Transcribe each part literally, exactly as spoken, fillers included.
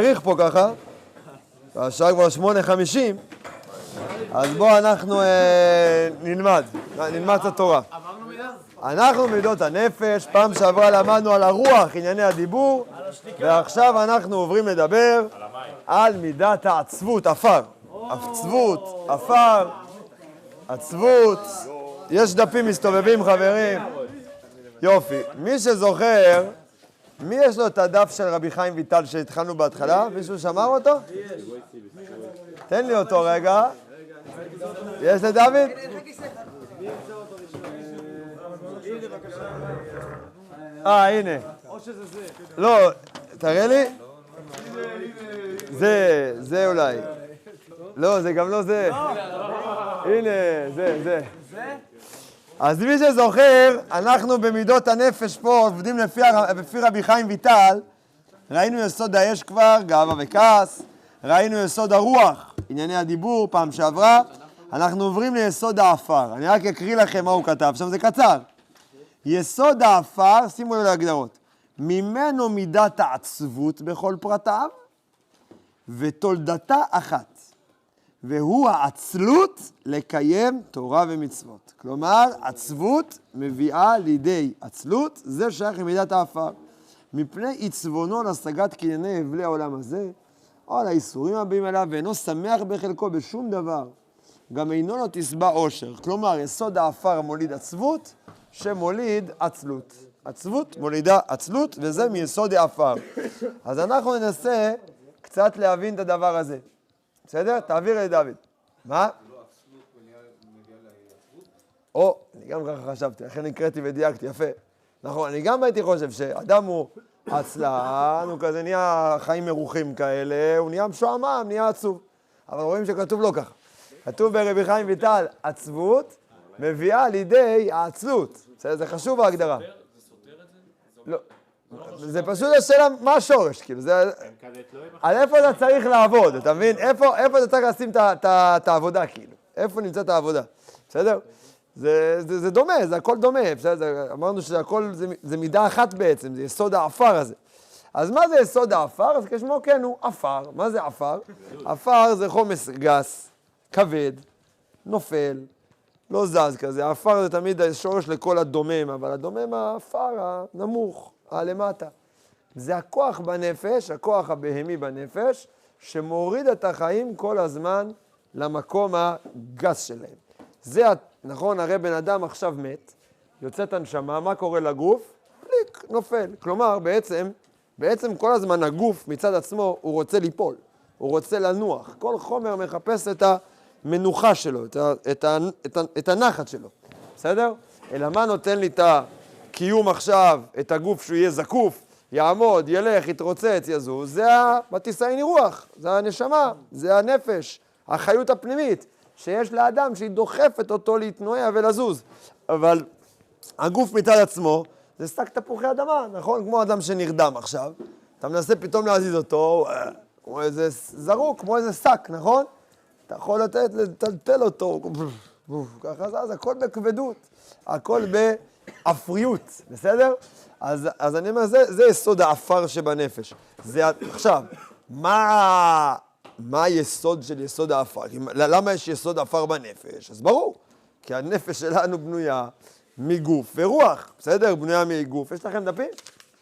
מאריך פה ככה, השעה כבר שמונה חמישים, אז בואו אנחנו אה, נלמד, נלמד את התורה. אנחנו מידות הנפש, פעם שעברה למדנו על הרוח, ענייני הדיבור, ועכשיו אנחנו עוברים לדבר על מידת העצבות, עפר. עצבות, עפר, עצבות, יש דפים מסתובבים חברים, יופי. מי שזוכר, מי יש לו את הדף של רבי חיים ויטל שהתחלנו בהתחלה? מישהו שמר אותו? תן לי אותו רגע. יש לדוד? אה, הנה. לא, תראה לי. זה, זה אולי. לא, זה גם לא זה. הנה, זה, זה. אז מי שזוכר, אנחנו במידות הנפש פה עובדים לפי, לפי רבי חיים ויטל. ראינו יסוד האש כבר, גאווה וכעס. ראינו יסוד הרוח, ענייני הדיבור, פעם שעברה. אנחנו עוברים ליסוד האפר. אני רק אקריא לכם מה הוא כתב, עכשיו זה קצר. יסוד האפר, שימו לב להגדרות. ממנו מידת העצבות בכל פרטיו, ותולדתה אחת. והוא העצלות לקיים תורה ומצוות. כלומר, עצבות מביאה לידי עצלות, זה שייך למידת האפר. מפני עיצבונו להשגת קנייני הבלי העולם הזה, או על האיסורים הבאים אליו, ואינו שמח בחלקו בשום דבר. גם אינו לא תשבע עושר. כלומר, יסוד האפר מוליד עצבות, שמוליד עצלות. עצבות מולידה עצלות, וזה מיסוד האפר. אז אנחנו ננסה קצת להבין את הדבר הזה. בסדר? תעביר לדוד. מה? לא עצלות מגיעה לעצבות? או, אני גם ככה חשבתי, לכן הקראתי ודייקתי, יפה. נכון, אני גם הייתי חושב שאדם הוא עצלן, הוא כזה נהיה חיים מרוחים כאלה, הוא נהיה משועמם, נהיה עצוב. אבל רואים שכתוב לא ככה. כתוב ברבי חיים ויטל, עצבות מביאה לידי העצלות. זה חשוב ההגדרה. זה סותר את זה? לא. זה פשוט השאלה מה השורש, כאילו, זה... על איפה אתה צריך לעבוד, אתה מבין? איפה, איפה אתה צריך לשים את העבודה, כאילו? איפה נמצאת העבודה? בסדר? זה, זה, זה דומה, זה הכל דומה, בסדר? אמרנו שזה הכל, זה, זה מידה אחת בעצם, זה יסוד האפר הזה. אז מה זה יסוד האפר? אז כשמו כן הוא אפר. מה זה אפר? אפר זה חומס גס, כבד, נופל, לא זז כזה. האפר זה תמיד השורש לכל הדומם, אבל הדומם האפר הנמוך. למטה. זה הכוח בנפש, הכוח הבהמי בנפש, שמוריד את החיים כל הזמן למקום הגס שלהם. זה, נכון, הרי בן אדם עכשיו מת, יוצאת הנשמה, מה קורה לגוף? פליק, נופל. כלומר, בעצם, בעצם כל הזמן הגוף מצד עצמו, הוא רוצה ליפול, הוא רוצה לנוח. כל חומר מחפש את המנוחה שלו, את, ה, את, ה, את, ה, את הנחת שלו. בסדר? אלא מה נותן לי את ה... קיום עכשיו, את הגוף שהוא יהיה זקוף, יעמוד, ילך, יתרוצץ, יזוז, זה בתיסעיני רוח, זה הנשמה, זה הנפש, החיות הפנימית, שיש לאדם שהיא דוחפת אותו להתנועע ולזוז. אבל הגוף מצד עצמו, זה שק תפוחי אדמה, נכון? כמו אדם שנרדם עכשיו, אתה מנסה פתאום להזיז אותו, כמו איזה זרוק, כמו איזה שק, נכון? אתה יכול לתת, לטלטל אותו, ככה זה, הכל בכבדות, הכל ב... אפריות, בסדר? אז, אז אני אומר, זה, זה יסוד האפר שבנפש. זה, עכשיו, מה, מה היסוד של יסוד האפר? למה יש יסוד האפר בנפש? אז ברור, כי הנפש שלנו בנויה מגוף ורוח, בסדר? בנויה מגוף. יש לכם דפים?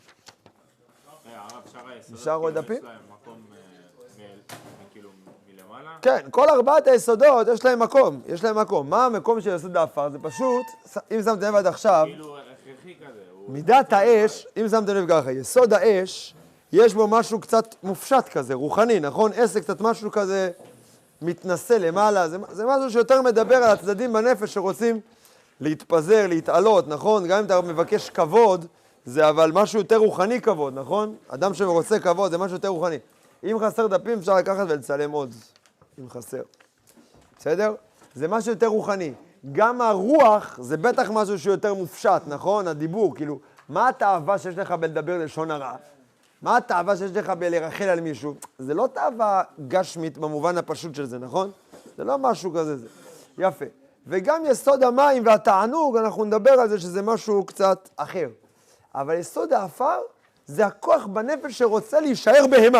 נשאר עוד דפים? יש להם מקום כאילו מלמעלה? כן, כל ארבעת היסודות יש להם מקום, יש להם מקום. מה המקום של יסוד האפר? זה פשוט, אם שמתם לב עד עכשיו, כאילו הכרחי כזה. מידת האש, אם שמתם לב ככה, יסוד האש, יש בו משהו קצת מופשט כזה, רוחני, נכון? עסק קצת משהו כזה מתנשא למעלה, זה, זה משהו שיותר מדבר על הצדדים בנפש שרוצים להתפזר, להתעלות, נכון? גם אם אתה מבקש כבוד, זה אבל משהו יותר רוחני כבוד, נכון? אדם שרוצה כבוד זה משהו יותר רוחני. אם חסר דפים אפשר לקחת ולצלם עוד, אם חסר. בסדר? זה משהו יותר רוחני. גם הרוח זה בטח משהו שהוא יותר מופשט, נכון? הדיבור, כאילו, מה התאווה שיש לך בלדבר לשון הרע? מה התאווה שיש לך בלרחל על מישהו? זה לא תאווה גשמית במובן הפשוט של זה, נכון? זה לא משהו כזה זה. יפה. וגם יסוד המים והתענוג, אנחנו נדבר על זה שזה משהו קצת אחר. אבל יסוד האפר זה הכוח בנפש שרוצה להישאר בהמה.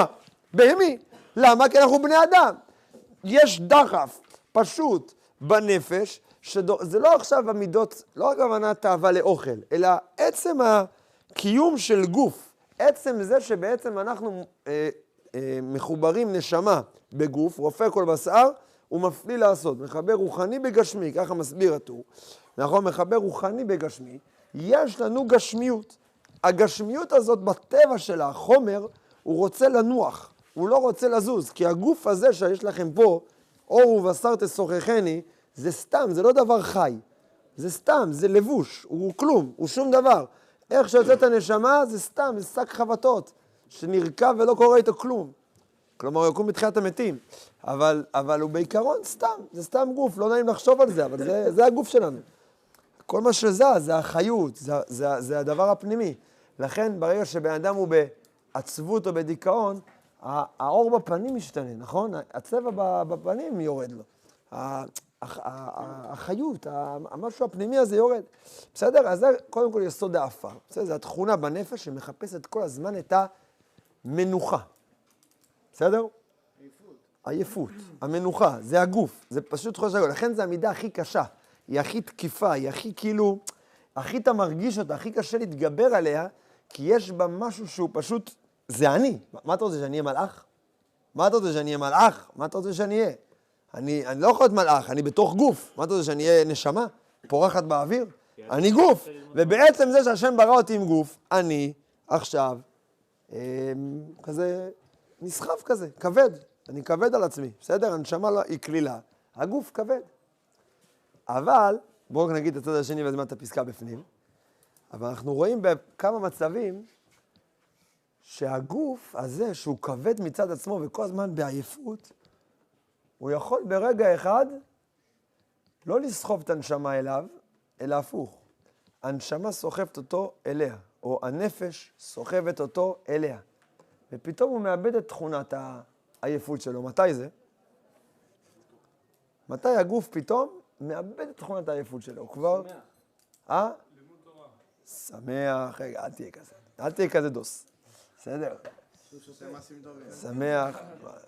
בהמי. למה? כי אנחנו בני אדם. יש דחף פשוט בנפש, שזה לא עכשיו המידות, לא רק הבנה תאווה לאוכל, אלא עצם הקיום של גוף, עצם זה שבעצם אנחנו אה, אה, מחוברים נשמה בגוף, רופא כל בשר, הוא מפליא לעשות, מחבר רוחני בגשמי, ככה מסביר הטור, נכון, מחבר רוחני בגשמי, יש לנו גשמיות. הגשמיות הזאת בטבע של החומר, הוא רוצה לנוח, הוא לא רוצה לזוז, כי הגוף הזה שיש לכם פה, אור ובשר תשוחחני, זה סתם, זה לא דבר חי, זה סתם, זה לבוש, הוא כלום, הוא שום דבר. איך שיוצאת הנשמה זה סתם, זה שק חבטות, שנרכב ולא קורה איתו כלום. כלומר, הוא יקום בתחיית המתים, אבל, אבל הוא בעיקרון סתם, זה סתם גוף, לא נעים לחשוב על זה, אבל זה, זה הגוף שלנו. כל מה שזה, זה החיות, זה, זה, זה הדבר הפנימי. לכן, ברגע שבן אדם הוא בעצבות או בדיכאון, האור בפנים משתנה, נכון? הצבע בפנים יורד לו. החיות, המשהו הפנימי הזה יורד. בסדר? אז זה קודם כל יסוד האפר. בסדר? זו התכונה בנפש שמחפשת כל הזמן את המנוחה. בסדר? עייפות. עייפות, המנוחה, זה הגוף. זה פשוט חושב, לכן זו המידה הכי קשה. היא הכי תקיפה, היא הכי כאילו, הכי אתה מרגיש אותה, הכי קשה להתגבר עליה, כי יש בה משהו שהוא פשוט, זה אני. מה אתה רוצה, שאני אהיה מלאך? מה אתה רוצה, שאני אהיה מלאך? מה אתה רוצה שאני אהיה? אני, אני לא יכול להיות מלאך, אני בתוך גוף. מה אתה רוצה, שאני אהיה נשמה? פורחת באוויר? אני גוף. ובעצם זה שהשם ברא אותי עם גוף, אני עכשיו אה, כזה נסחף כזה, כבד. אני כבד על עצמי, בסדר? הנשמה לא, היא כלילה. הגוף כבד. אבל, בואו נגיד את הצד השני וזמן את הפסקה בפנים, אבל אנחנו רואים בכמה מצבים שהגוף הזה, שהוא כבד מצד עצמו וכל הזמן בעייפות, הוא יכול ברגע אחד לא לסחוב את הנשמה אליו, אלא הפוך. הנשמה סוחבת אותו אליה, או הנפש סוחבת אותו אליה. ופתאום הוא מאבד את תכונת העייפות שלו. מתי זה? מתי הגוף פתאום מאבד את תכונת העייפות שלו? הוא כבר... שמח. אה? לימוד תורה. שמח. רגע, אל תהיה כזה. אל תהיה כזה דוס. בסדר? שמח.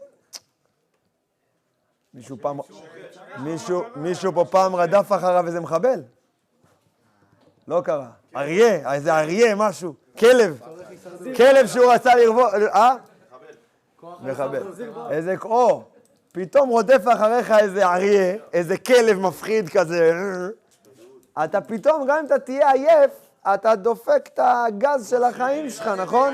מישהו פעם... מישהו, מישהו פה פעם רדף אחריו איזה מחבל? לא קרה. אריה, איזה אריה, משהו. כלב. כלב שהוא רצה לרבוא... אה? מחבל. איזה... או, פתאום רודף אחריך איזה אריה, איזה כלב מפחיד כזה. אתה פתאום, גם אם אתה תהיה עייף, אתה דופק את הגז של החיים שלך, נכון?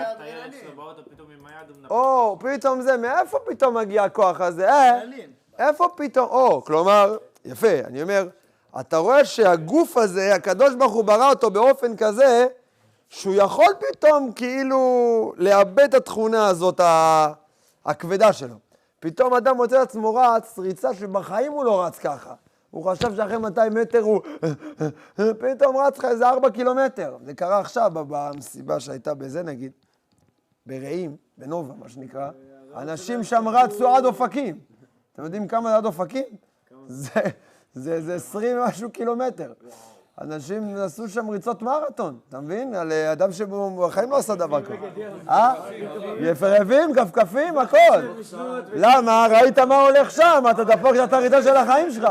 או, פתאום זה, מאיפה פתאום מגיע הכוח הזה? אה? איפה פתאום? או, כלומר, יפה, אני אומר, אתה רואה שהגוף הזה, הקדוש ברוך הוא ברא אותו באופן כזה, שהוא יכול פתאום כאילו לאבד את התכונה הזאת, הכבדה שלו. פתאום אדם מוצא את עצמו רץ, ריצה שבחיים הוא לא רץ ככה. הוא חשב שאחרי מאתיים מטר הוא... פתאום רץ לך איזה ארבע קילומטר. זה קרה עכשיו במסיבה שהייתה בזה נגיד, ברעים, בנובה מה שנקרא. אנשים שם רצו עד אופקים. אתם יודעים כמה זה עד אופקים? זה, זה, זה עשרים משהו קילומטר. אנשים עשו שם ריצות מרתון, אתה מבין? על אדם שבחיים לא עשה דבר כזה. אה? יפרבים, כפכפים, הכל. למה? ראית מה הולך שם? אתה תפוק את הריצה של החיים שלך.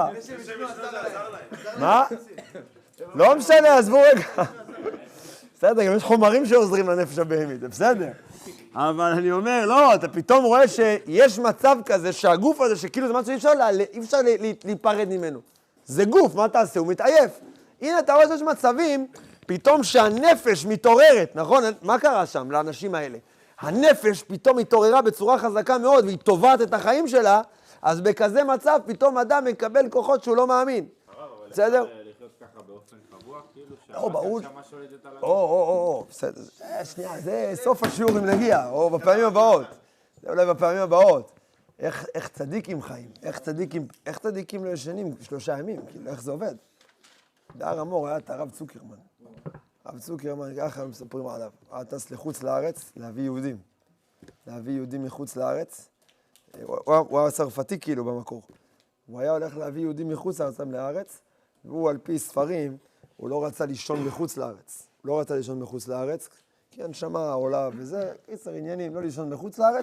מה? לא משנה, עזבו רגע. בסדר, גם יש חומרים שעוזרים לנפש הבהמית, זה בסדר. אבל אני אומר, לא, אתה פתאום רואה שיש מצב כזה שהגוף הזה, שכאילו זה משהו שאי אפשר, אי אפשר להיפרד ממנו. זה גוף, מה תעשה? הוא מתעייף. הנה, אתה רואה שיש מצבים, פתאום שהנפש מתעוררת, נכון? מה קרה שם לאנשים האלה? הנפש פתאום התעוררה בצורה חזקה מאוד, והיא תובעת את החיים שלה, אז בכזה מצב פתאום אדם מקבל כוחות שהוא לא מאמין. בסדר? לחיות ככה באופן קבוע, כאילו שהשמה שולטת על הגוף. או, או, או, בסדר. שנייה, זה סוף השיעור אם נגיע, או בפעמים הבאות. זה אולי בפעמים הבאות. איך, איך צדיקים חיים? איך צדיקים, איך צדיקים לא ישנים שלושה ימים? כאילו, איך זה עובד? בהר המור היה את הרב צוקרמן. הרב צוקרמן, ככה מספרים עליו. היה טס לחוץ לארץ, להביא יהודים. להביא יהודים מחוץ לארץ. הוא, הוא, הוא היה צרפתי כאילו במקור. הוא היה הולך להביא יהודים מחוץ לארץ לארץ, והוא על פי ספרים, הוא לא רצה לישון מחוץ לארץ. הוא לא רצה לישון מחוץ לארץ, כי הנשמה עולה וזה, קיצר עניינים, לא לישון מחוץ לארץ,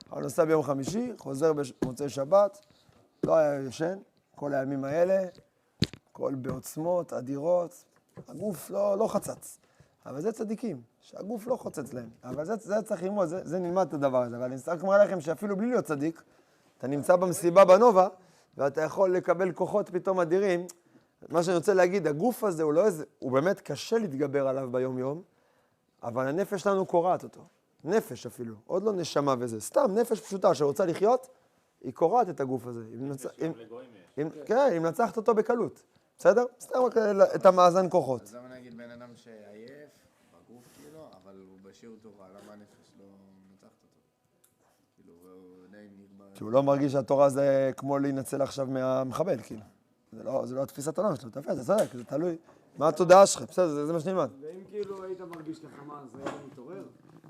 אני נוסע ביום חמישי, חוזר במוצאי שבת, לא היה ישן, כל הימים האלה, כל בעוצמות, אדירות, הגוף לא, לא חצץ. אבל זה צדיקים, שהגוף לא חוצץ להם. אבל זה, זה צריך ללמוד, זה, זה נלמד את הדבר הזה. אבל אני רק מראה לכם שאפילו בלי להיות צדיק, אתה נמצא במסיבה בנובה, ואתה יכול לקבל כוחות פתאום אדירים. מה שאני רוצה להגיד, הגוף הזה הוא לא איזה, הוא באמת קשה להתגבר עליו ביום יום, אבל הנפש שלנו קורעת אותו. נפש אפילו, עוד לא נשמה וזה. סתם נפש פשוטה שרוצה לחיות, היא קורעת את הגוף הזה. אם נצ... אם... אם... כן, אם נצחת אותו בקלות. בסדר? סתם רק את המאזן כוחות. אז למה נגיד בן אדם שעייף, בגוף כאילו, אבל הוא בשיר תורה, למה הנפש לא נצחת אותו? כאילו, הוא די נגמר... כי הוא לא מרגיש שהתורה זה כמו להינצל עכשיו מהמחבל, כאילו. זה לא, זה לא התפיסת עולם שלו, תפס, זה צדק, זה תלוי. מה התודעה שלך? בסדר, זה, זה מה שנלמד. ואם כאילו היית מרגיש לחמה, אז היה מתעורר?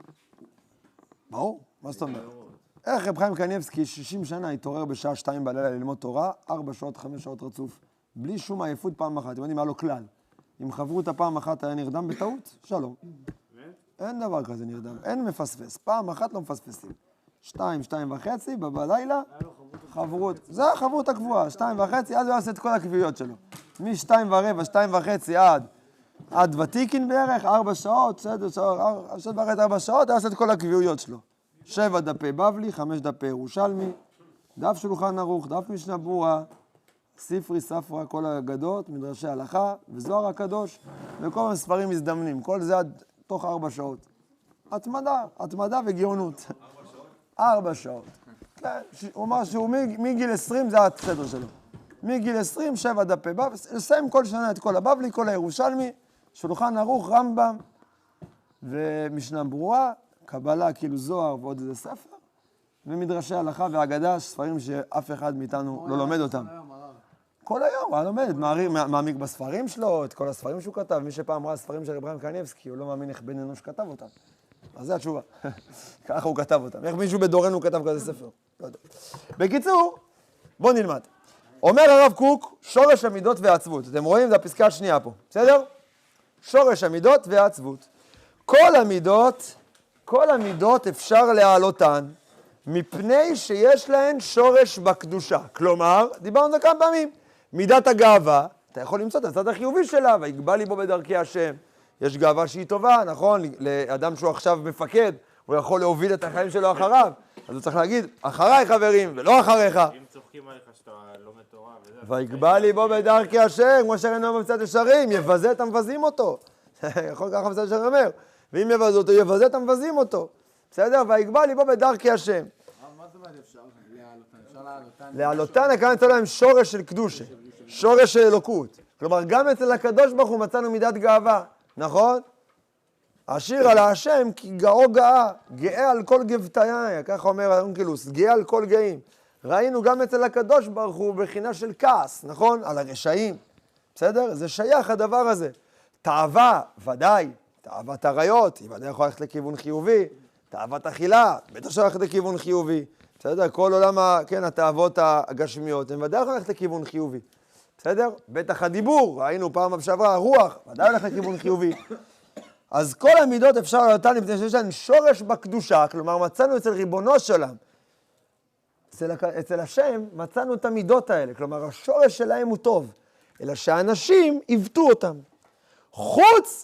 ברור, מה זאת אומרת? איך רב חיים קניבסקי שישים שנה התעורר בשעה שתיים בלילה ללמוד תורה, ארבע שעות, חמש שעות רצוף, בלי שום עייפות פעם אחת. אתם יודעים, היה לו כלל. אם חברו את הפעם אחת היה נרדם בטעות, שלום. אין דבר כזה נרדם, אין מפספס. פעם אחת לא מפספסים. שתיים, שתיים וחצי, בלילה, חברות. זה החברות הקבועה, שתיים וחצי, אז הוא יעשה את כל הקביעות שלו. משתיים ורבע, שתיים וחצי עד, עד ותיקין בערך, ארבע שעות, שד וחצי, ארבע שעות, הוא יעשה את כל הקביעויות שלו. שבע דפי בבלי, חמש דפי ירושלמי, דף שולחן ערוך, דף משנה ברורה, ספרי ספרה, כל האגדות, מדרשי הלכה, וזוהר הקדוש, וכל מיני ספרים מזדמנים. כל זה עד תוך ארבע שעות. התמדה, התמדה וגאונות. ארבע שעות. הוא אמר שהוא מגיל עשרים, זה הסדר שלו. מגיל עשרים, שבע דפי בבלי, לסיים כל שנה את כל הבבלי, כל הירושלמי, שולחן ערוך, רמב"ם, ומשנה ברורה, קבלה, כאילו זוהר ועוד איזה ספר, ומדרשי הלכה והאגדה, ספרים שאף אחד מאיתנו לא לומד אותם. כל היום, הוא לומד, מעמיק בספרים שלו, את כל הספרים שהוא כתב. מי שפעם ראה ספרים של רב חיים קניבסקי, הוא לא מאמין איך בן אנוש כתב אותם. אז זו התשובה. ככה הוא כתב אותם. איך מישהו בדורנו כתב כזה ספר? לא יודע. בקיצור, בואו נלמד. אומר הרב קוק, שורש המידות והעצבות. אתם רואים? זו הפסקה השנייה פה. בסדר? שורש המידות והעצבות. כל המידות, כל המידות אפשר להעלותן, מפני שיש להן שורש בקדושה. כלומר, דיברנו על זה כמה פעמים, מידת הגאווה, אתה יכול למצוא את הצד החיובי שלה, ויגבה ליבו בדרכי השם. יש גאווה שהיא טובה, נכון? לאדם שהוא עכשיו מפקד, הוא יכול להוביל את החיים שלו אחריו. אז הוא צריך להגיד, אחריי חברים, ולא אחריך. אם צוחקים עליך שאתה לומד תורה וזה... ויגבה ליבו בדרכי השם, כמו שראינו במצוות ישרים, יבזה את המבזים אותו. יכול ככה מצוות ישרים אומר. ואם יבזו אותו, יבזה את המבזים אותו. בסדר? ויגבה ליבו בדרכי השם. מה זאת אומרת אפשר להעלותן? אפשר להעלותן? להעלותן, הכוונה אצל להם שורש של קדושה, שורש של אלוקות. כלומר, גם אצל הקדוש ברוך הוא מצאנו מידת גאווה, נכון? השיר על השם כי גאו גאה, גאה על כל גבתיה, ככה אומר האונקלוס, גאה על כל גאים. ראינו גם אצל הקדוש ברוך הוא בחינה של כעס, נכון? על הרשעים. בסדר? זה שייך הדבר הזה. תאווה, ודאי. תאוות עריות, היא ודאי יכולה ללכת לכיוון חיובי. תאוות אכילה, בטח שהולכת לכיוון חיובי. בסדר? כל עולם, כן, התאוות הגשמיות, הן ודאי יכולות ללכת לכיוון חיובי. בסדר? בטח הדיבור, ראינו פעם שעברה, הרוח, ודאי הולכת לכיוון חיובי. אז כל המידות אפשר להעלותן מפני שיש להן שורש בקדושה, כלומר מצאנו אצל ריבונו שלם. אצל, אצל השם מצאנו את המידות האלה, כלומר השורש שלהם הוא טוב, אלא שהאנשים עיוותו אותם. חוץ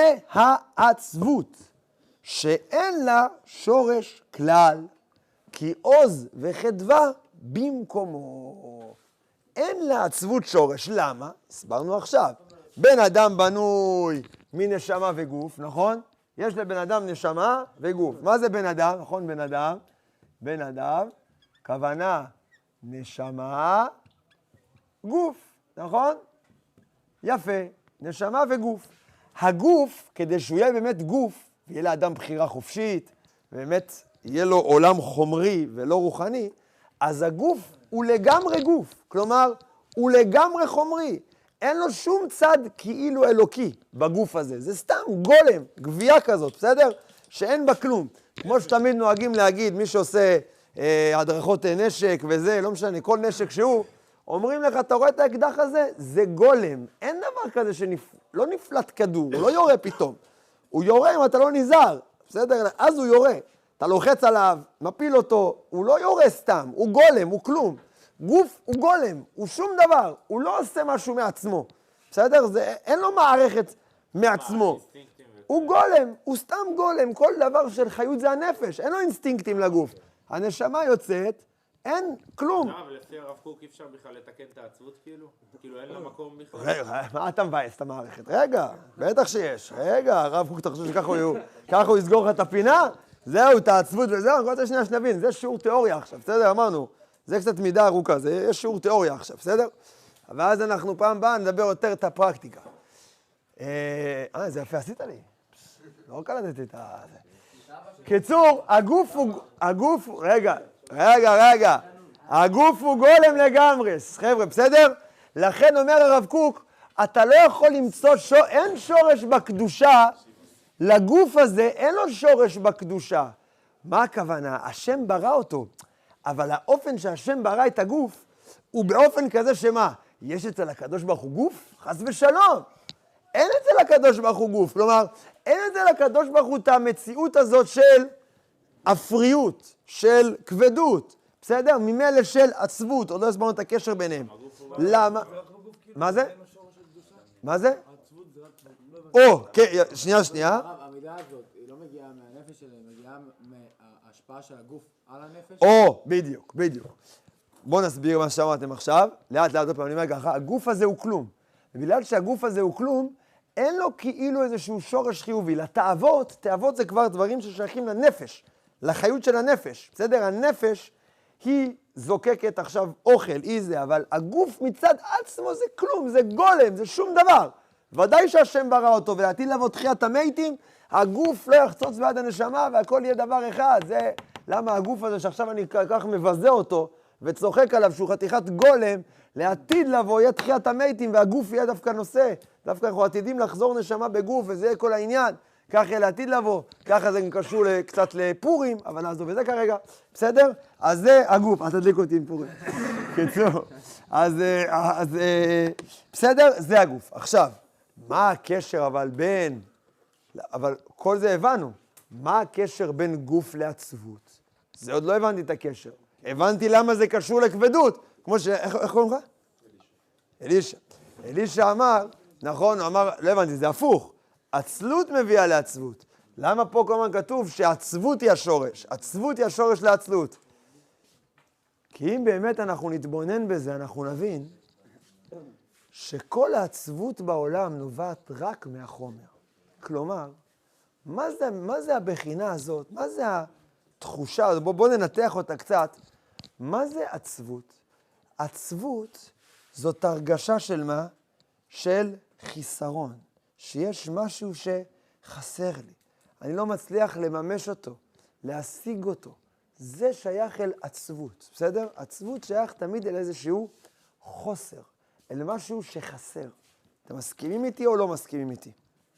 מהעצבות, שאין לה שורש כלל, כי עוז וחדווה במקומו. אין לעצבות שורש. למה? הסברנו עכשיו. בן אדם בנוי מנשמה וגוף, נכון? יש לבן אדם נשמה וגוף. מה זה בן אדם? נכון, בן אדם? בן אדם, כוונה נשמה, גוף, נכון? יפה, נשמה וגוף. הגוף, כדי שהוא יהיה באמת גוף, ויהיה לאדם בחירה חופשית, באמת יהיה לו עולם חומרי ולא רוחני, אז הגוף הוא לגמרי גוף. כלומר, הוא לגמרי חומרי. אין לו שום צד כאילו אלוקי בגוף הזה. זה סתם גולם, גבייה כזאת, בסדר? שאין בה כלום. כמו שתמיד נוהגים להגיד, מי שעושה אה, הדרכות נשק וזה, לא משנה, כל נשק שהוא, אומרים לך, אתה רואה את האקדח הזה? זה גולם. אין דבר כזה שלא נפלט כדור, הוא לא יורה פתאום. הוא יורה אם אתה לא נזהר, בסדר? אז הוא יורה. אתה לוחץ עליו, מפיל אותו, הוא לא יורה סתם, הוא גולם, הוא כלום. גוף הוא גולם, הוא שום דבר, הוא לא עושה משהו מעצמו. בסדר? זה, אין לו מערכת מעצמו. הוא גולם, הוא סתם גולם, כל דבר של חיות זה הנפש, אין לו אינסטינקטים לגוף. הנשמה יוצאת, אין כלום. לא, אבל לפי הרב קוק אי אפשר בכלל לתקן את העצבות כאילו? כאילו אין לה מקום בכלל? רגע, מה אתה מבאס את המערכת? רגע, בטח שיש. רגע, הרב קוק, אתה חושב שככה הוא, ככה הוא יסגור לך את הפינה? זהו, את העצבות וזהו, אני רוצה שנייה שנבין, זה שיעור תיאוריה עכשיו, בסדר? אמרנו, זה קצת מידה ארוכה, זה יש שיעור תיאוריה עכשיו, בסדר? ואז אנחנו פעם הבאה נדבר יותר את הפרקטיקה. אה, זה יפה, עשית לי. לא קלטתי את ה... קיצור, הגוף הוא, הגוף, רגע, רגע, רגע, הגוף הוא גולם לגמרי, חבר'ה, בסדר? לכן אומר הרב קוק, אתה לא יכול למצוא, שור, אין שורש בקדושה, לגוף הזה אין לו שורש בקדושה. מה הכוונה? השם ברא אותו, אבל האופן שהשם ברא את הגוף, הוא באופן כזה שמה? יש אצל הקדוש ברוך הוא גוף? חס ושלום. אין אצל הקדוש ברוך הוא גוף, כלומר, אין אצל הקדוש ברוך הוא את המציאות הזאת של אפריות, של כבדות, בסדר? ממילא של עצבות, עוד לא הסברנו את הקשר ביניהם. למה? מה זה? מה זה? או, שנייה, שנייה. המידה הזאת, היא לא מגיעה מהנפש שלהם, היא מגיעה מההשפעה של הגוף על הנפש? או, בדיוק, בדיוק. בואו נסביר מה שאמרתם עכשיו. לאט לאט, אני אומר ככה, הגוף הזה הוא כלום. ובגלל שהגוף הזה הוא כלום, אין לו כאילו איזשהו שורש חיובי. לתאוות, תאוות זה כבר דברים ששייכים לנפש, לחיות של הנפש. בסדר? הנפש היא זוקקת עכשיו אוכל, היא זה, אבל הגוף מצד עצמו זה כלום, זה גולם, זה שום דבר. ודאי שהשם ברא אותו, ולעתיד לבוא תחיית המתים, הגוף לא יחצוץ בעד הנשמה, והכל יהיה דבר אחד. זה למה הגוף הזה שעכשיו אני כך מבזה אותו, וצוחק עליו שהוא חתיכת גולם, לעתיד לבוא יהיה תחיית המתים, והגוף יהיה דווקא נושא. דווקא אנחנו עתידים לחזור נשמה בגוף, וזה יהיה כל העניין. כך יהיה לעתיד לבוא, ככה זה קשור קצת לפורים, אבל נעזוב את זה כרגע, בסדר? אז זה הגוף, אז תדליק אותי עם פורים. קיצור, אז, אז בסדר? זה הגוף. עכשיו, מה הקשר אבל בין, אבל כל זה הבנו, מה הקשר בין גוף לעצבות? זה עוד לא הבנתי את הקשר. הבנתי למה זה קשור לכבדות, כמו ש... איך, איך קוראים לך? אלישע. אלישע אמר, נכון, הוא אמר, לא הבנתי, זה הפוך. עצלות מביאה לעצבות. למה פה כל הזמן כתוב שעצבות היא השורש? עצבות היא השורש לעצלות. כי אם באמת אנחנו נתבונן בזה, אנחנו נבין שכל העצבות בעולם נובעת רק מהחומר. כלומר, מה זה, מה זה הבחינה הזאת? מה זה התחושה הזאת? בוא, בוא ננתח אותה קצת. מה זה עצבות? עצבות זאת הרגשה של מה? של חיסרון. שיש משהו שחסר לי. אני לא מצליח לממש אותו, להשיג אותו. זה שייך אל עצבות, בסדר? עצבות שייך תמיד אל איזשהו חוסר, אל משהו שחסר. אתם מסכימים איתי או לא מסכימים איתי?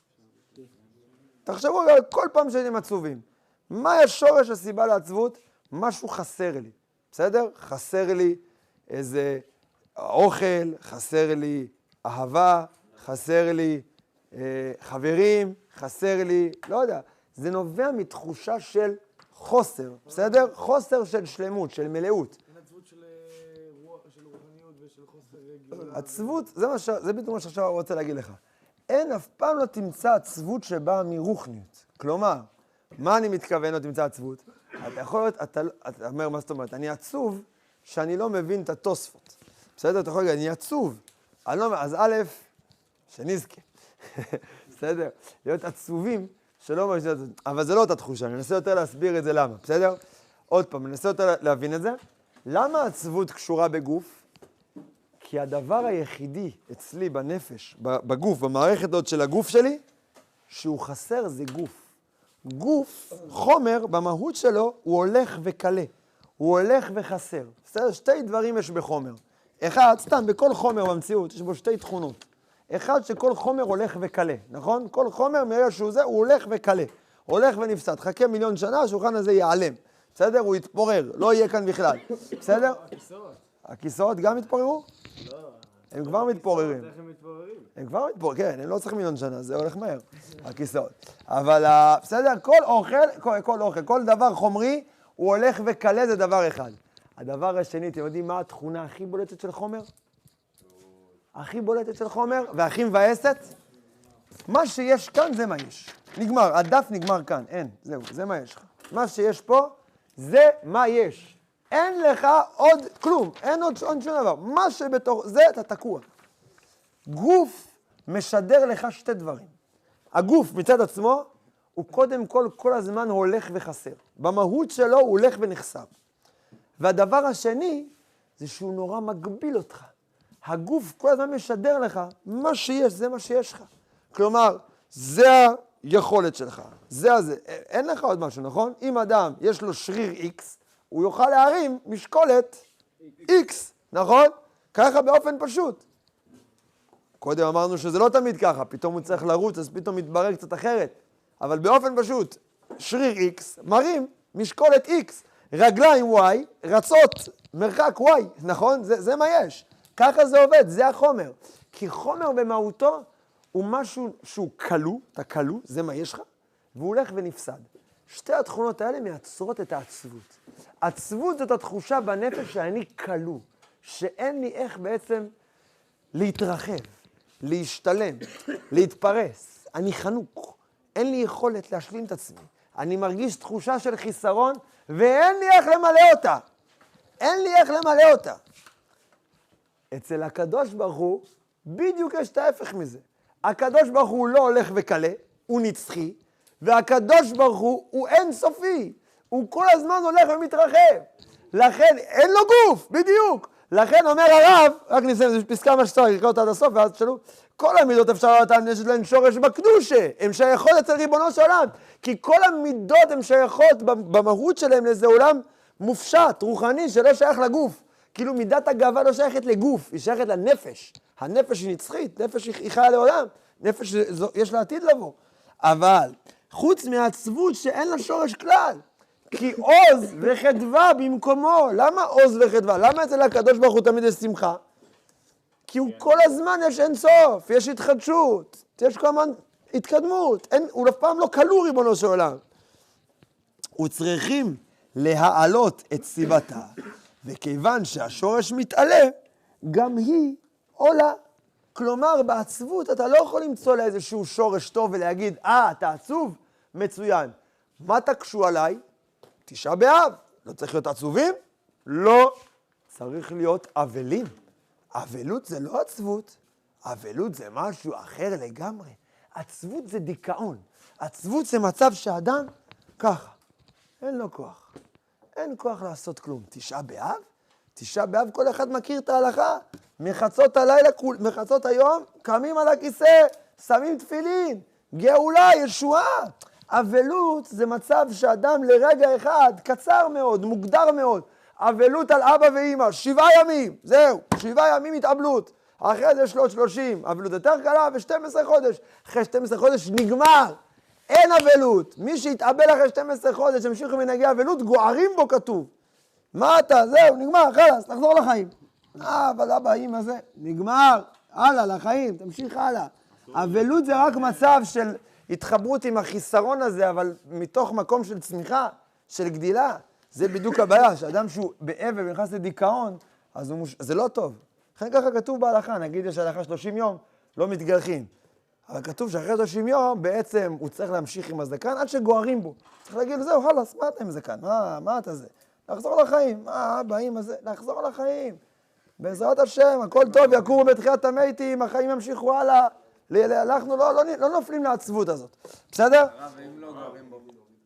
תחשבו על כל פעם שהייתם עצובים. מה השורש הסיבה לעצבות? משהו חסר לי, בסדר? חסר לי איזה אוכל, חסר לי אהבה, חסר לי חברים, חסר לי, לא יודע, זה נובע מתחושה של חוסר, בסדר? חוסר של שלמות, של מלאות. אין עצבות של רוחניות ושל חוסר רגילות. עצבות, זה, מה ש... זה בדיוק מה שעכשיו אני רוצה להגיד לך. אין, אף פעם לא תמצא עצבות שבאה מרוחניות. כלומר, מה אני מתכוון לא תמצא עצבות? אתה יכול להיות, אתה, אתה אומר, מה זאת אומרת? אני עצוב שאני לא מבין את התוספות. בסדר? אתה יכול להגיד, אני עצוב. אני לא, אז א', שנזכה. בסדר? להיות עצובים שלא מרגישים את זה. אבל זה לא אותה תחושה, אני אנסה יותר להסביר את זה למה, בסדר? עוד פעם, אני אנסה יותר להבין את זה. למה עצבות קשורה בגוף? כי הדבר היחידי אצלי בנפש, בגוף, במערכת עוד של הגוף שלי, שהוא חסר זה גוף. גוף, חומר, במהות שלו, הוא הולך וקלה. הוא הולך וחסר. בסדר? שתי דברים יש בחומר. אחד, סתם, בכל חומר במציאות, יש בו שתי תכונות. אחד שכל חומר הולך וקלה, נכון? כל חומר מהרגע שהוא זה, הוא הולך וקלה. הולך ונפסד. חכה מיליון שנה, השולחן הזה ייעלם. בסדר? הוא יתפורר, לא יהיה כאן בכלל. בסדר? הכיסאות. הכיסאות גם יתפוררו? לא. הם כבר מתפוררים. איך הם מתפוררים? הם כבר מתפוררים, כן, הם לא צריכים מיליון שנה, זה הולך מהר, הכיסאות. אבל ה- בסדר, כל אוכל, כל, כל אוכל, כל דבר חומרי, הוא הולך וקלה, זה דבר אחד. הדבר השני, אתם יודעים מה התכונה הכי בולטת של חומר? הכי בולטת של חומר, והכי מבאסת? מה שיש כאן זה מה יש. נגמר, הדף נגמר כאן, אין, זהו, זה מה יש לך. מה שיש פה, זה מה יש. אין לך עוד כלום, אין עוד שום דבר. מה שבתוך זה, אתה תקוע. גוף משדר לך שתי דברים. הגוף מצד עצמו, הוא קודם כל כל הזמן הולך וחסר. במהות שלו הוא הולך ונחסר. והדבר השני, זה שהוא נורא מגביל אותך. הגוף כל הזמן משדר לך, מה שיש, זה מה שיש לך. כלומר, זה היכולת שלך, זה הזה. אין לך עוד משהו, נכון? אם אדם יש לו שריר X, הוא יוכל להרים משקולת X, נכון? ככה באופן פשוט. קודם אמרנו שזה לא תמיד ככה, פתאום הוא צריך לרוץ, אז פתאום מתברר קצת אחרת. אבל באופן פשוט, שריר X מרים משקולת X, רגליים Y, רצות מרחק Y, נכון? זה, זה מה יש. ככה זה עובד, זה החומר. כי חומר במהותו הוא משהו שהוא קלו, אתה קלו, זה מה יש לך, והוא הולך ונפסד. שתי התכונות האלה מייצרות את העצבות. עצבות זאת התחושה בנפש שאני קלו, שאין לי איך בעצם להתרחב, להשתלם, להתפרס. אני חנוק, אין לי יכולת להשלים את עצמי. אני מרגיש תחושה של חיסרון, ואין לי איך למלא אותה. אין לי איך למלא אותה. אצל הקדוש ברוך הוא, בדיוק יש את ההפך מזה. הקדוש ברוך הוא לא הולך וקלה, הוא נצחי, והקדוש ברוך הוא הוא אינסופי. הוא כל הזמן הולך ומתרחב. לכן אין לו גוף, בדיוק. לכן אומר הרב, רק נסיים, זו פסקה מה שצריך לקרוא אותה עד הסוף, ואז תשאלו, כל המידות אפשר לדעת, יש להן שורש בקדושה, הן שייכות אצל ריבונו של עולם, כי כל המידות הן שייכות במהות שלהן לאיזה עולם מופשט, רוחני, שלא שייך לגוף. כאילו מידת הגאווה לא שייכת לגוף, היא שייכת לנפש. הנפש היא נצחית, נפש היא חיה לעולם, נפש יש לה עתיד לבוא. אבל חוץ מהעצבות שאין לה שורש כלל, כי עוז וחדווה במקומו. למה עוז וחדווה? למה אצל הקדוש ברוך הוא תמיד יש שמחה? כי הוא כל הזמן יש אין סוף, יש התחדשות, יש כל הזמן התקדמות. אין, הוא אף פעם לא כלוא ריבונו של עולם. וצריכים להעלות את סיבתה, וכיוון שהשורש מתעלה, גם היא עולה. כלומר, בעצבות אתה לא יכול למצוא לה איזשהו שורש טוב ולהגיד, אה, אתה עצוב? מצוין. מה תקשו עליי? תשעה באב. לא צריך להיות עצובים? לא. צריך להיות אבלים. אבלות זה לא עצבות. אבלות זה משהו אחר לגמרי. עצבות זה דיכאון. עצבות זה מצב שאדם ככה. אין לו כוח. אין כוח לעשות כלום. תשעה באב? תשעה באב כל אחד מכיר את ההלכה. מחצות הלילה, מחצות היום, קמים על הכיסא, שמים תפילין, גאולה, ישועה. אבלות זה מצב שאדם לרגע אחד, קצר מאוד, מוגדר מאוד. אבלות על אבא ואמא, שבעה ימים, זהו, שבעה ימים התאבלות. אחרי זה שלוש שלושים, אבלות יותר קלה ו-שנים עשר חודש. אחרי שנים עשר חודש נגמר, אין אבלות. מי שהתאבל אחרי שנים עשר חודש, המשיכו מנהגי אבלות, גוערים בו כתוב. מה אתה? זהו, נגמר, חלאס, תחזור לחיים. אה, אבל אבא, אמא זה, נגמר, הלאה, לחיים, תמשיך הלאה. אבלות זה רק מצב של התחברות עם החיסרון הזה, אבל מתוך מקום של צמיחה, של גדילה. זה בדיוק הבעיה, שאדם שהוא באבל ונכנס לדיכאון, אז הוא מוש... זה לא טוב. לכן ככה כתוב בהלכה, נגיד יש הלכה שלושים יום, לא מתגרחים. אבל כתוב שאחרי שלושים יום, בעצם הוא צריך להמשיך עם הזקן עד שגוערים בו. צריך להגיד, זהו, חלאס, מה אתה עם זקן? מה, מה אתה זה? לחזור לחיים. מה, אבא, אמא זה? לחזור לחיים. בעזרת השם, הכל טוב, יקומו בתחיית המתים, החיים ימשיכו הלאה. אנחנו לא, לא, לא נופלים לעצבות הזאת. בסדר? הרב, אם לא גוערים בו.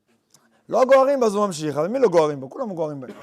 לא גוערים בו, אז הוא ממשיך, אבל מי לא גוערים בו? כולם גוערים בו.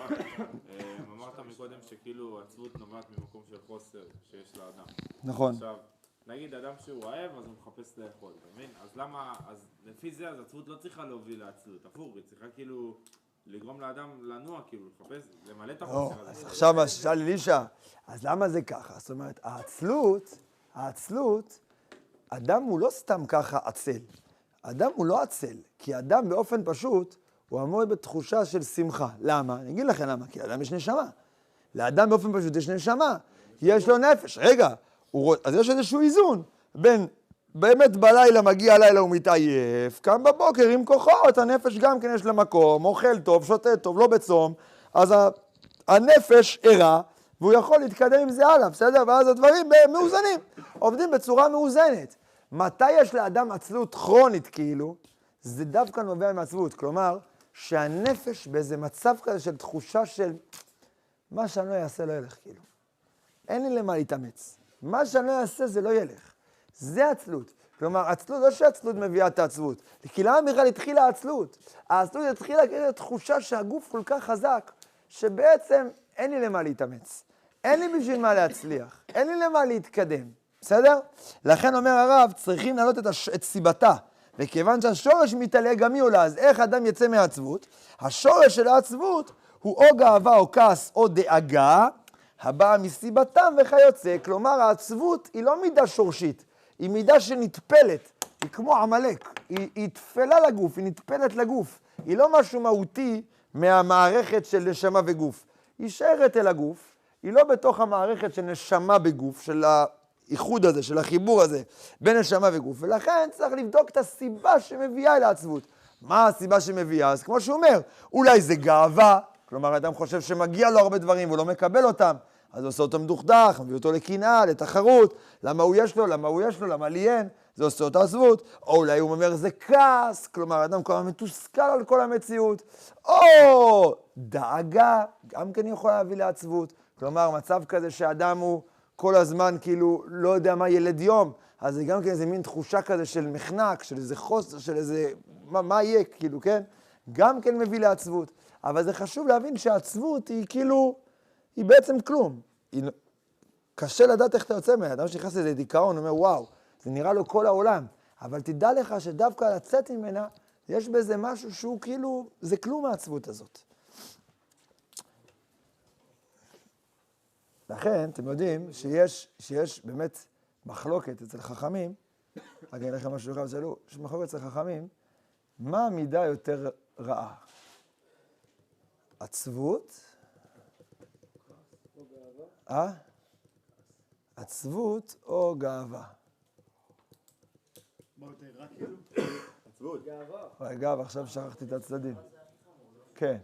אמרת מקודם שכאילו עצבות נובעת ממקום של חוסר שיש לאדם. נכון. עכשיו, נגיד אדם שהוא רעב, אז הוא מחפש לאכול, אתה מבין? אז למה, אז לפי זה, אז עצבות לא צריכה להוביל לעצלות, הפוך, היא צריכה כאילו לגרום לאדם לנוע, כאילו, לחפש, למלא את החוסר הזה. אז עכשיו מה ששאל אלישע, אז למה זה ככה? זאת אומרת, העצלות, העצלות, אדם הוא לא סתם ככה עצל. אדם הוא לא עצל, כי אדם באופן פשוט, הוא אמור בתחושה של שמחה. למה? אני אגיד לכם למה, כי לאדם יש נשמה. לאדם באופן פשוט יש נשמה. יש לו נפש. רגע, הוא, אז יש איזשהו איזון בין, באמת בלילה מגיע הלילה הוא מתעייף, קם בבוקר עם כוחות, הנפש גם כן יש לה מקום, אוכל טוב, שותה טוב, לא בצום, אז הנפש ערה, והוא יכול להתקדם עם זה הלאה, בסדר? ואז הדברים מאוזנים, עובדים בצורה מאוזנת. מתי יש לאדם עצלות כרונית כאילו? זה דווקא נובע מעצבות, כלומר, שהנפש באיזה מצב כזה של תחושה של מה שאני לא אעשה לא ילך, כאילו. אין לי למה להתאמץ. מה שאני לא אעשה זה לא ילך. זה עצלות. כלומר, עצלות, לא שהעצלות מביאה את העצבות. כי למה בכלל התחילה העצלות? העצלות התחילה כאיזו תחושה שהגוף כל כך חזק, שבעצם אין לי למה להתאמץ. אין לי בשביל מה להצליח. אין לי למה להתקדם. בסדר? לכן אומר הרב, צריכים להעלות את, הש... את סיבתה. וכיוון שהשורש מתעלה גם היא עולה, אז איך אדם יצא מהעצבות? השורש של העצבות הוא או גאווה או כעס או דאגה, הבאה מסיבתם וכיוצא. כלומר, העצבות היא לא מידה שורשית, היא מידה שנטפלת, היא כמו עמלק, היא, היא תפלה לגוף, היא נטפלת לגוף. היא לא משהו מהותי מהמערכת של נשמה וגוף. היא שייכת אל הגוף, היא לא בתוך המערכת של נשמה בגוף, של האיחוד הזה, של החיבור הזה, בין נשמה וגוף. ולכן צריך לבדוק את הסיבה שמביאה אל העצבות. מה הסיבה שמביאה? אז כמו שהוא אומר, אולי זה גאווה, כלומר, אדם חושב שמגיע לו הרבה דברים והוא לא מקבל אותם, אז הוא עושה אותו מדוכדך, מביא אותו לקנאה, לתחרות, למה הוא יש לו, למה הוא יש לו, למה לי אין, זה עושה אותו עצבות, או אולי הוא אומר זה כעס, כלומר, אדם כל הזמן מתוסכל על כל המציאות, או דאגה, גם כן יכול להביא לעצבות, כלומר, מצב כזה שאדם הוא כל הזמן כאילו לא יודע מה ילד יום, אז זה גם כן איזה מין תחושה כזה של מחנק, של איזה חוסר, של איזה, מה, מה יהיה, כאילו, כן? גם כן מביא לעצבות. אבל זה חשוב להבין שהעצבות היא כאילו, היא בעצם כלום. היא... קשה לדעת איך אתה יוצא ממנה. אדם שנכנס לזה דיכאון, אומר, וואו, זה נראה לו כל העולם. אבל תדע לך שדווקא לצאת ממנה, יש בזה משהו שהוא כאילו, זה כלום העצבות הזאת. לכן, אתם יודעים שיש, שיש באמת מחלוקת אצל חכמים, רק אני לכם משהו אחד שאלו, יש מחלוקת אצל חכמים, מה המידה יותר רעה? עצבות? אה? עצבות או גאווה? מה יותר רע כאילו? עצבות. גאווה. גאווה, עכשיו שכחתי את הצדדים. כן.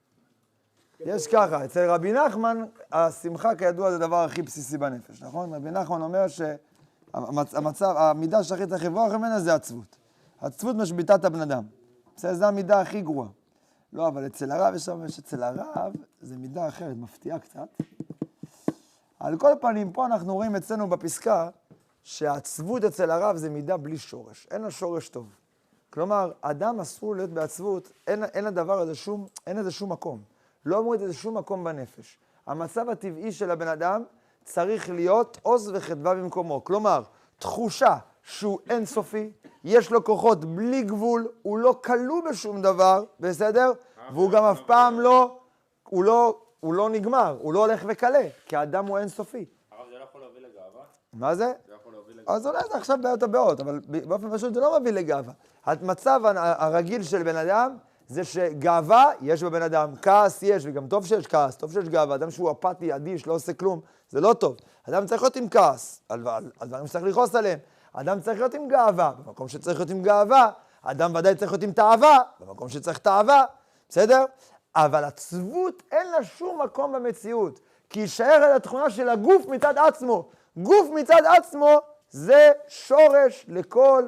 יש ככה, אצל רבי נחמן, השמחה כידוע זה הדבר הכי בסיסי בנפש, נכון? רבי נחמן אומר שהמצב, המידה שהכי צריך לברוח ממנה זה עצבות. עצבות משביתה את הבן אדם. זו המידה הכי גרועה. לא, אבל אצל הרב יש שם, אצל הרב זה מידה אחרת, מפתיעה קצת. על כל פנים, פה אנחנו רואים אצלנו בפסקה, שהעצבות אצל הרב זה מידה בלי שורש. אין לה שורש טוב. כלומר, אדם אסור להיות בעצבות, אין, אין לדבר הזה שום, אין לזה שום מקום. לא אמרו את זה שום מקום בנפש. המצב הטבעי של הבן אדם צריך להיות עוז וחדווה במקומו. כלומר, תחושה שהוא אינסופי, יש לו כוחות בלי גבול, הוא לא כלוא בשום דבר, בסדר? והוא גם אף פעם לא, הוא לא, הוא לא נגמר, הוא לא הולך וקלה, כי האדם הוא אינסופי. הרב, זה לא יכול להוביל לגאווה? מה זה? זה יכול להוביל לגאווה. אז אולי זה עכשיו בעיות הבאות, אבל באופן פשוט זה לא מביא לגאווה. המצב הרגיל של בן אדם זה שגאווה יש בבן אדם, כעס יש, וגם טוב שיש כעס, טוב שיש גאווה, אדם שהוא אפאתי, אדיש, לא עושה כלום, זה לא טוב. אדם צריך להיות עם כעס, על, על, על דברים שצריך לכעוס עליהם. אדם צריך להיות עם גאווה, במקום שצריך להיות עם גאווה, אדם ודאי צריך להיות עם תאווה, במקום שצריך תאווה, בסדר? אבל עצבות אין לה שום מקום במציאות, כי יישאר על התכונה של הגוף מצד עצמו. גוף מצד עצמו זה שורש לכל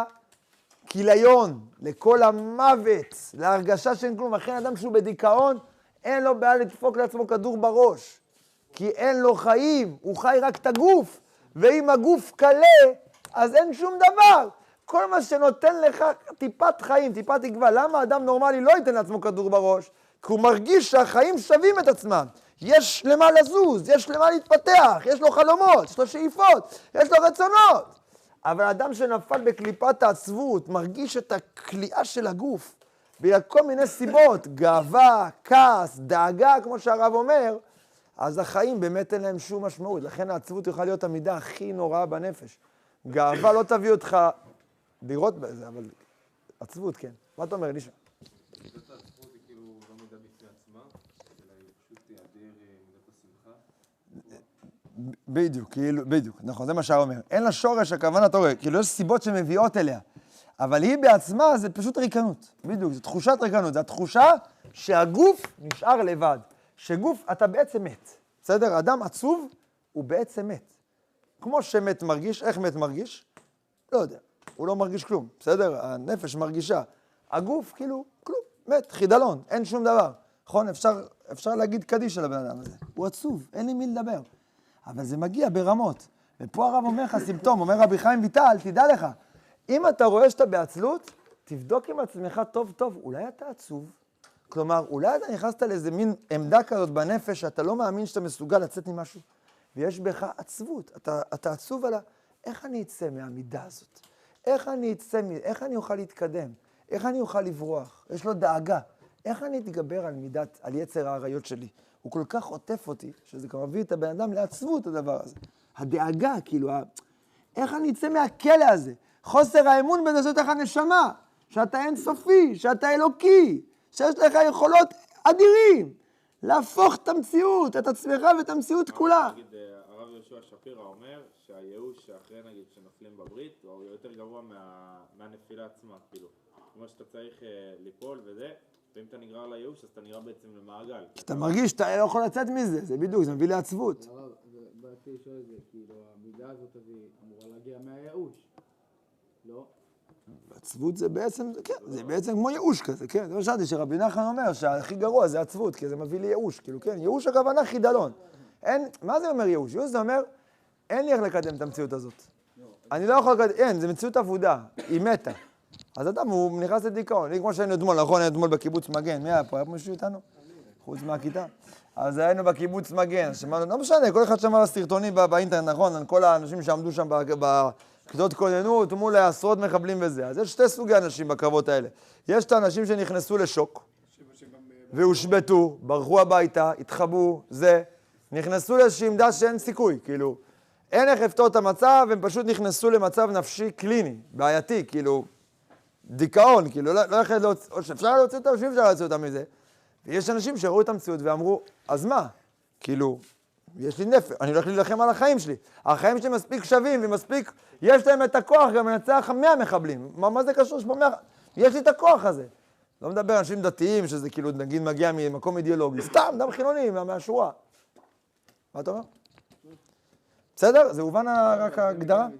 הכיליון, לכל המוות, להרגשה שאין כלום. לכן אדם שהוא בדיכאון, אין לו בעיה לדפוק לעצמו כדור בראש, כי אין לו חיים, הוא חי רק את הגוף, ואם הגוף קלה, אז אין שום דבר. כל מה שנותן לך טיפת חיים, טיפת תקווה. למה אדם נורמלי לא ייתן לעצמו כדור בראש? כי הוא מרגיש שהחיים שווים את עצמם. יש למה לזוז, יש למה להתפתח, יש לו חלומות, יש לו שאיפות, יש לו רצונות. אבל אדם שנפל בקליפת העצבות, מרגיש את הקליעה של הגוף, בגלל כל מיני סיבות, גאווה, כעס, דאגה, כמו שהרב אומר, אז החיים באמת אין להם שום משמעות. לכן העצבות יכולה להיות המידה הכי נוראה בנפש. גאווה לא תביא אותך לראות בזה, אבל עצבות כן. מה אתה אומר, לישה? זאת העצבות היא כאילו לא מידה בפני עצמה, אלא היא פשוט תיעדר מידת השמחה? בדיוק, כאילו, בדיוק, נכון, זה מה שהרב אומר. אין לה שורש, הכוונה, אתה רואה, כאילו יש סיבות שמביאות אליה, אבל היא בעצמה זה פשוט ריקנות, בדיוק, זו תחושת ריקנות, זו התחושה שהגוף נשאר לבד, שגוף, אתה בעצם מת, בסדר? אדם עצוב הוא בעצם מת. כמו שמת מרגיש, איך מת מרגיש? לא יודע, הוא לא מרגיש כלום, בסדר? הנפש מרגישה. הגוף, כאילו, כלום, מת, חידלון, אין שום דבר. נכון, אפשר, אפשר להגיד קדיש על הבן אדם הזה. הוא עצוב, אין לי מי לדבר. אבל זה מגיע ברמות. ופה הרב אומר לך סימפטום, אומר רבי חיים ויטל, תדע לך, אם אתה רואה שאתה בעצלות, תבדוק עם עצמך טוב טוב, אולי אתה עצוב. כלומר, אולי אתה נכנסת לאיזה מין עמדה כזאת בנפש, שאתה לא מאמין שאתה מסוגל לצאת ממשהו, ויש בך עצבות. אתה, אתה עצוב על ה... איך אני אצא מהמידה הזאת? איך אני אצא, איך אני אוכל להתקדם? איך אני אוכל לברוח? יש לו דאגה. איך אני אתגבר על מידת, על יצר העריות שלי? הוא כל כך עוטף אותי, שזה כבר מביא את הבן אדם לעצבות הדבר הזה. הדאגה, כאילו, ה... איך אני אצא מהכלא הזה? חוסר האמון בזה שאתה לך נשמה, שאתה אינסופי, שאתה אלוקי, שיש לך יכולות אדירים, להפוך את המציאות, את עצמך ואת המציאות כולה. נגיד, הרב יהושע שפירא אומר שהייאוש שאחרי, נגיד, שנופלים בברית, הוא יותר גבוה מה... מהנפילה עצמה, כאילו. כמו שאתה צריך ליפול וזה, ואם אתה נגרר לייאוש, אז אתה נגרר בעצם למעגל. אתה מרגיש שאתה לא יכול לצאת מזה, זה בדיוק, זה מביא לעצבות. הרב, באתי לשאול את זה, כאילו, המידה הזאת אמורה להגיע מהייאוש, לא? עצבות זה בעצם, כן, זה בעצם כמו ייאוש כזה, כן. זה מה שאלתי שרבי נחמן אומר שהכי גרוע זה עצבות, כי זה מביא לי ייאוש, כאילו, כן, ייאוש הכוונה חידלון. אין, מה זה אומר ייאוש? ייאוש זה אומר, אין לי איך לקדם את המציאות הזאת. אני לא יכול לקדם, אין, זה מציאות עבודה, היא מתה. אז אדם הוא נכנס לדיכאון, כמו שהיינו אתמול, נכון, היינו אתמול בקיבוץ מגן, מי היה פה? היה פה מישהו איתנו? חוץ מהכיתה. אז היינו בקיבוץ מגן, שמענו, לא משנה, כל אחד שמע לסרטונים באינטרנט, נכון, על כל האנשים שעמדו שם בכיתות כוננות, מול עשרות מחבלים וזה. אז יש שתי סוגי אנשים בקרבות האלה. יש את האנשים שנכנסו לשוק, והושבטו, ברחו הביתה, התחבאו, זה, נכנסו לאיזושהי עמדה שאין סיכוי, כאילו, אין איך לפתור את המצב, הם פשוט נכנסו למצב נפשי קליני, בעייתי, כאילו, דיכאון, כאילו, לא, לא יכול להוציא, או שאפשר להוציא אותם, שאי אפשר להוציא אותם מזה. ויש אנשים שראו את המציאות ואמרו, אז מה? כאילו, יש לי נפש, אני הולך להילחם על החיים שלי. החיים שלי מספיק שווים ומספיק, יש להם את הכוח גם לנצח מאה מחבלים. מה, מה זה קשור שפה מאה? יש לי את הכוח הזה. לא מדבר על אנשים דתיים, שזה כאילו, נגיד, מגיע ממקום אידיאולוגי. סתם, דם חילוני, מהשורה. מה אתה אומר? בסדר? זה הובן רק ההגדרה?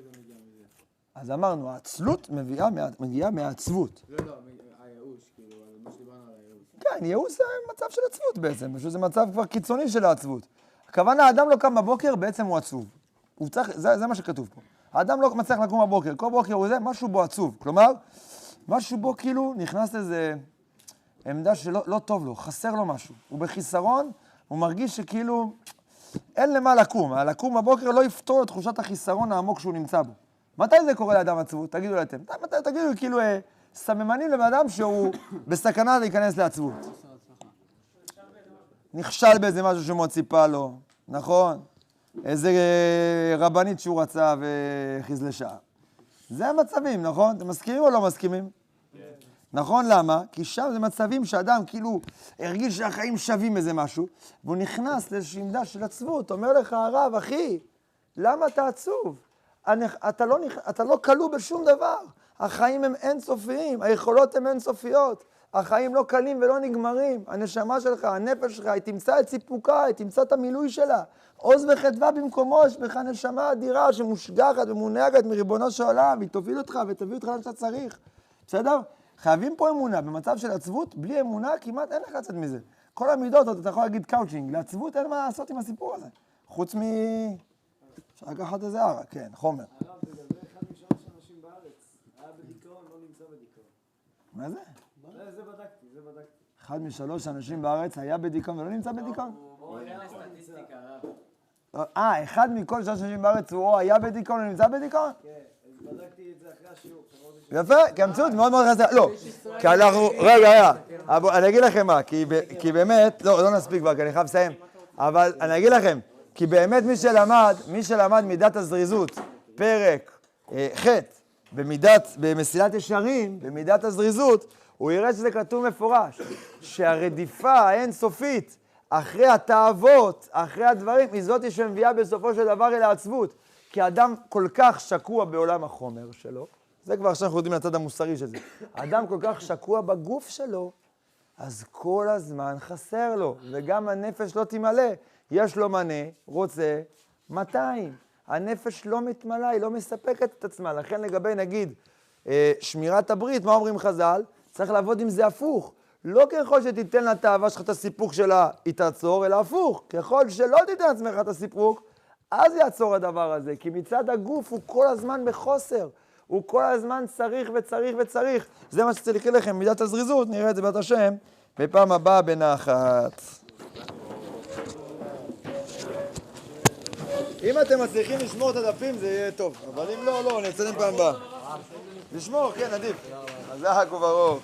אז אמרנו, העצלות מגיעה מהעצבות. לא, לא, הייאוש, כאילו, מה שדיברנו על הייאוש. כן, ייאוש זה מצב של עצבות בעצם, פשוט זה מצב כבר קיצוני של העצבות. הכוונה, האדם לא קם בבוקר, בעצם הוא עצוב. הוא צריך, זה, זה מה שכתוב פה. האדם לא מצליח לקום בבוקר, כל בוקר הוא זה, משהו בו עצוב. כלומר, משהו בו כאילו נכנס לאיזה עמדה שלא לא טוב לו, חסר לו משהו. הוא בחיסרון, הוא מרגיש שכאילו אין למה לקום. לקום בבוקר לא יפתור את תחושת החיסרון העמוק שהוא נמצא בו. מתי זה קורה לאדם עצבות? תגידו לי אתם. מתי, תגידו כאילו אה, סממנים לבן אדם שהוא בסכנה להיכנס לעצבות. נכשל באיזה משהו שהוא מאוד ציפה לו, נכון? איזה רבנית שהוא רצה וחיזלשה. זה המצבים, נכון? אתם מסכימים או לא מסכימים? כן. נכון, למה? כי שם זה מצבים שאדם כאילו הרגיש שהחיים שווים איזה משהו, והוא נכנס לאיזושהי עמדה של עצבות, אומר לך הרב, אחי, למה אתה עצוב? אתה לא, אתה לא כלוא בשום דבר. החיים הם אינסופיים, היכולות הם אינסופיות. החיים לא קלים ולא נגמרים. הנשמה שלך, הנפש שלך, היא תמצא את סיפוקה, היא תמצא את המילוי שלה. עוז וחדווה במקומו, יש בך נשמה אדירה שמושגחת ומונהגת מריבונו של עולם, והיא תוביל אותך ותביא אותך לאן שאתה צריך. בסדר? חייבים פה אמונה. במצב של עצבות, בלי אמונה כמעט אין לך לצאת מזה. כל המידות, אתה יכול להגיד קאוצ'ינג, לעצבות אין מה לעשות עם הסיפור הזה. חוץ מ... אפשר לקחת איזה ערה, כן, חומר. הרב, לגבי אחד משלוש אנשים בארץ, היה בדיכאון, לא נמצא בדיכאון. מה זה? זה בדקתי, זה בדקתי. אחד משלוש אנשים בארץ היה בדיכאון ולא נמצא בדיכאון? אה, אחד מכל שלוש אנשים בארץ הוא או היה בדיכאון או נמצא בדיכאון? כן, אז בדקתי את זה אחרי השיעור. יפה, כי המציאות מאוד מאוד חסרה. לא, כי אנחנו, רגע, רגע, אני אגיד לכם מה, כי באמת, לא, לא נספיק כבר, כי אני חייב לסיים, אבל אני אגיד לכם, כי באמת מי שלמד, מי שלמד מידת הזריזות, פרק ח' במידת, במסילת ישרים, במידת הזריזות, הוא יראה שזה כתוב מפורש, שהרדיפה האינסופית אחרי התאוות, אחרי הדברים, היא זאת שמביאה בסופו של דבר אל העצבות. כי האדם כל כך שקוע בעולם החומר שלו, זה כבר עכשיו אנחנו יודעים לצד המוסרי של זה. האדם כל כך שקוע בגוף שלו, אז כל הזמן חסר לו, וגם הנפש לא תמלא. יש לו מנה, רוצה מאתיים. הנפש לא מתמלא, היא לא מספקת את עצמה. לכן לגבי, נגיד, שמירת הברית, מה אומרים חז"ל? צריך לעבוד עם זה הפוך. לא ככל שתיתן לתאווה שלך את הסיפוק שלה, היא תעצור, אלא הפוך. ככל שלא תיתן לעצמך את הסיפוק, אז יעצור הדבר הזה. כי מצד הגוף הוא כל הזמן בחוסר. הוא כל הזמן צריך וצריך וצריך. זה מה שצריך לקרוא לכם, מידת הזריזות, נראה את זה בעזרת השם, בפעם הבאה בנחת. אם אתם מצליחים לשמור את הדפים זה יהיה טוב, אבל אם לא, לא, אני אצלם פעם הבאה. לשמור, כן, עדיף. חזק וברוך.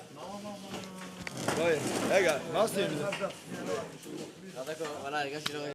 רגע, מה עושים?